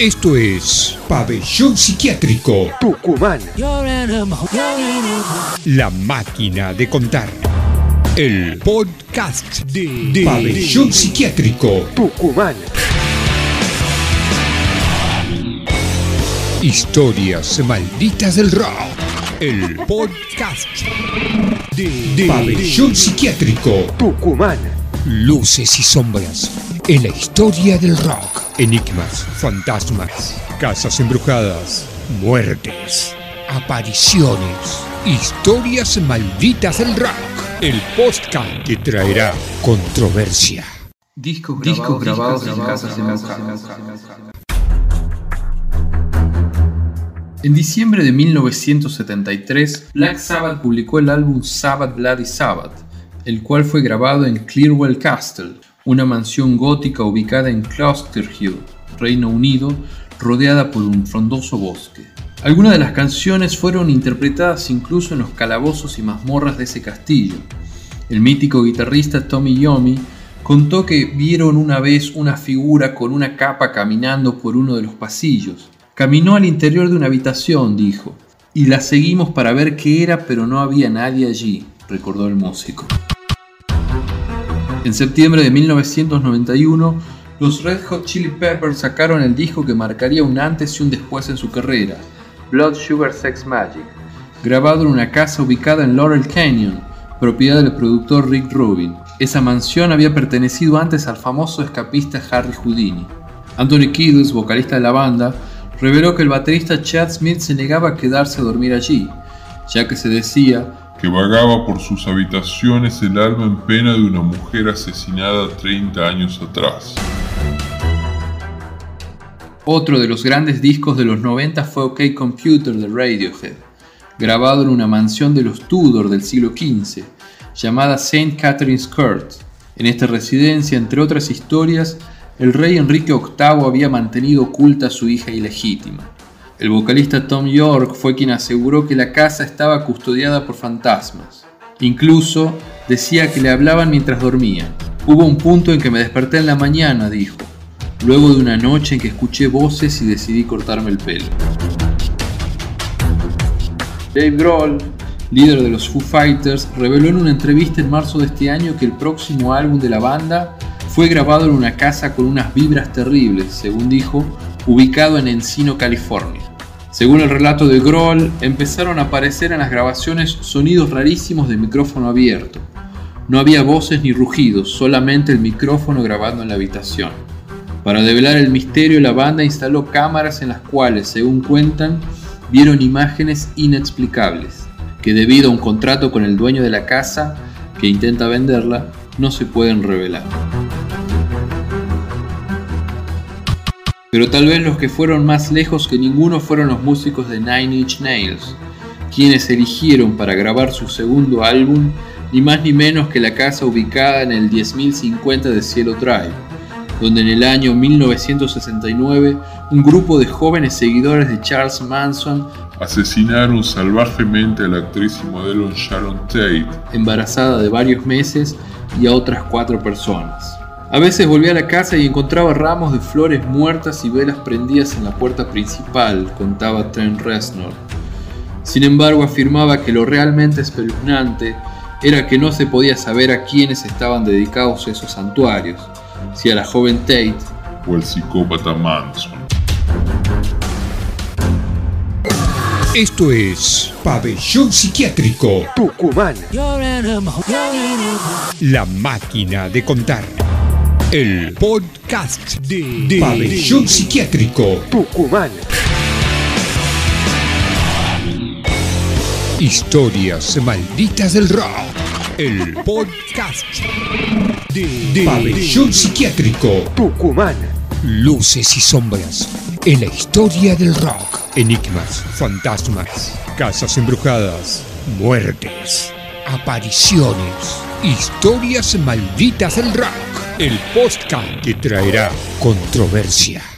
Esto es Pabellón Psiquiátrico Tucumán. La máquina de contar. El podcast de Pabellón Psiquiátrico Tucumán. Historias malditas del rock. El podcast de Pabellón Psiquiátrico Tucumán. Luces y sombras en la historia del rock. Enigmas, fantasmas, casas embrujadas, muertes, apariciones, historias malditas del rock. El podcast que traerá controversia. Discos grabados en casas embrujadas. En diciembre de 1973, Black Sabbath publicó el álbum Sabbath Bloody Sabbath, el cual fue grabado en Clearwell Castle, una mansión gótica ubicada en Closter Hill, Reino Unido, rodeada por un frondoso bosque. Algunas de las canciones fueron interpretadas incluso en los calabozos y mazmorras de ese castillo. El mítico guitarrista Tommy Iommi contó que vieron una vez una figura con una capa caminando por uno de los pasillos. Caminó al interior de una habitación, dijo, y la seguimos para ver qué era, pero no había nadie allí, recordó el músico. En septiembre de 1991, los Red Hot Chili Peppers sacaron el disco que marcaría un antes y un después en su carrera, Blood Sugar Sex Magik, grabado en una casa ubicada en Laurel Canyon, propiedad del productor Rick Rubin. Esa mansión había pertenecido antes al famoso escapista Harry Houdini. Anthony Kiedis, vocalista de la banda, reveló que el baterista Chad Smith se negaba a quedarse a dormir allí, ya que se decía que vagaba por sus habitaciones el alma en pena de una mujer asesinada 30 años atrás. Otro de los grandes discos de los 90 fue OK Computer de Radiohead, grabado en una mansión de los Tudor del siglo XV, llamada St. Catherine's Court. En esta residencia, entre otras historias, el rey Enrique VIII había mantenido oculta a su hija ilegítima. El vocalista Thom Yorke fue quien aseguró que la casa estaba custodiada por fantasmas. Incluso decía que le hablaban mientras dormía. Hubo un punto en que me desperté en la mañana, dijo, luego de una noche en que escuché voces y decidí cortarme el pelo. Dave Grohl, líder de los Foo Fighters, reveló en una entrevista en marzo de este año que el próximo álbum de la banda fue grabado en una casa con unas vibras terribles, según dijo, ubicado en Encino, California. Según el relato de Grohl, empezaron a aparecer en las grabaciones sonidos rarísimos de micrófono abierto. No había voces ni rugidos, solamente el micrófono grabando en la habitación. Para develar el misterio, la banda instaló cámaras en las cuales, según cuentan, vieron imágenes inexplicables, que debido a un contrato con el dueño de la casa, que intenta venderla, no se pueden revelar. Pero tal vez los que fueron más lejos que ninguno fueron los músicos de Nine Inch Nails, quienes eligieron para grabar su segundo álbum ni más ni menos que la casa ubicada en el 10.050 de Cielo Drive, donde en el año 1969 un grupo de jóvenes seguidores de Charles Manson asesinaron salvajemente a la actriz y modelo Sharon Tate, embarazada de varios meses, y a otras 4 personas. A veces volvía a la casa y encontraba ramos de flores muertas y velas prendidas en la puerta principal, contaba Trent Reznor. Sin embargo, afirmaba que lo realmente espeluznante era que no se podía saber a quiénes estaban dedicados esos santuarios, si a la joven Tate o el psicópata Manson. Esto es Pabellón Psiquiátrico Tucumán. La máquina de contar. El podcast de Pabellón Psiquiátrico Tucumán. Historias malditas del rock. El podcast de Pabellón Psiquiátrico Tucumán. Luces y sombras en la historia del rock. Enigmas, fantasmas, casas embrujadas, muertes, apariciones, historias malditas del rock. El podcast que traerá controversia.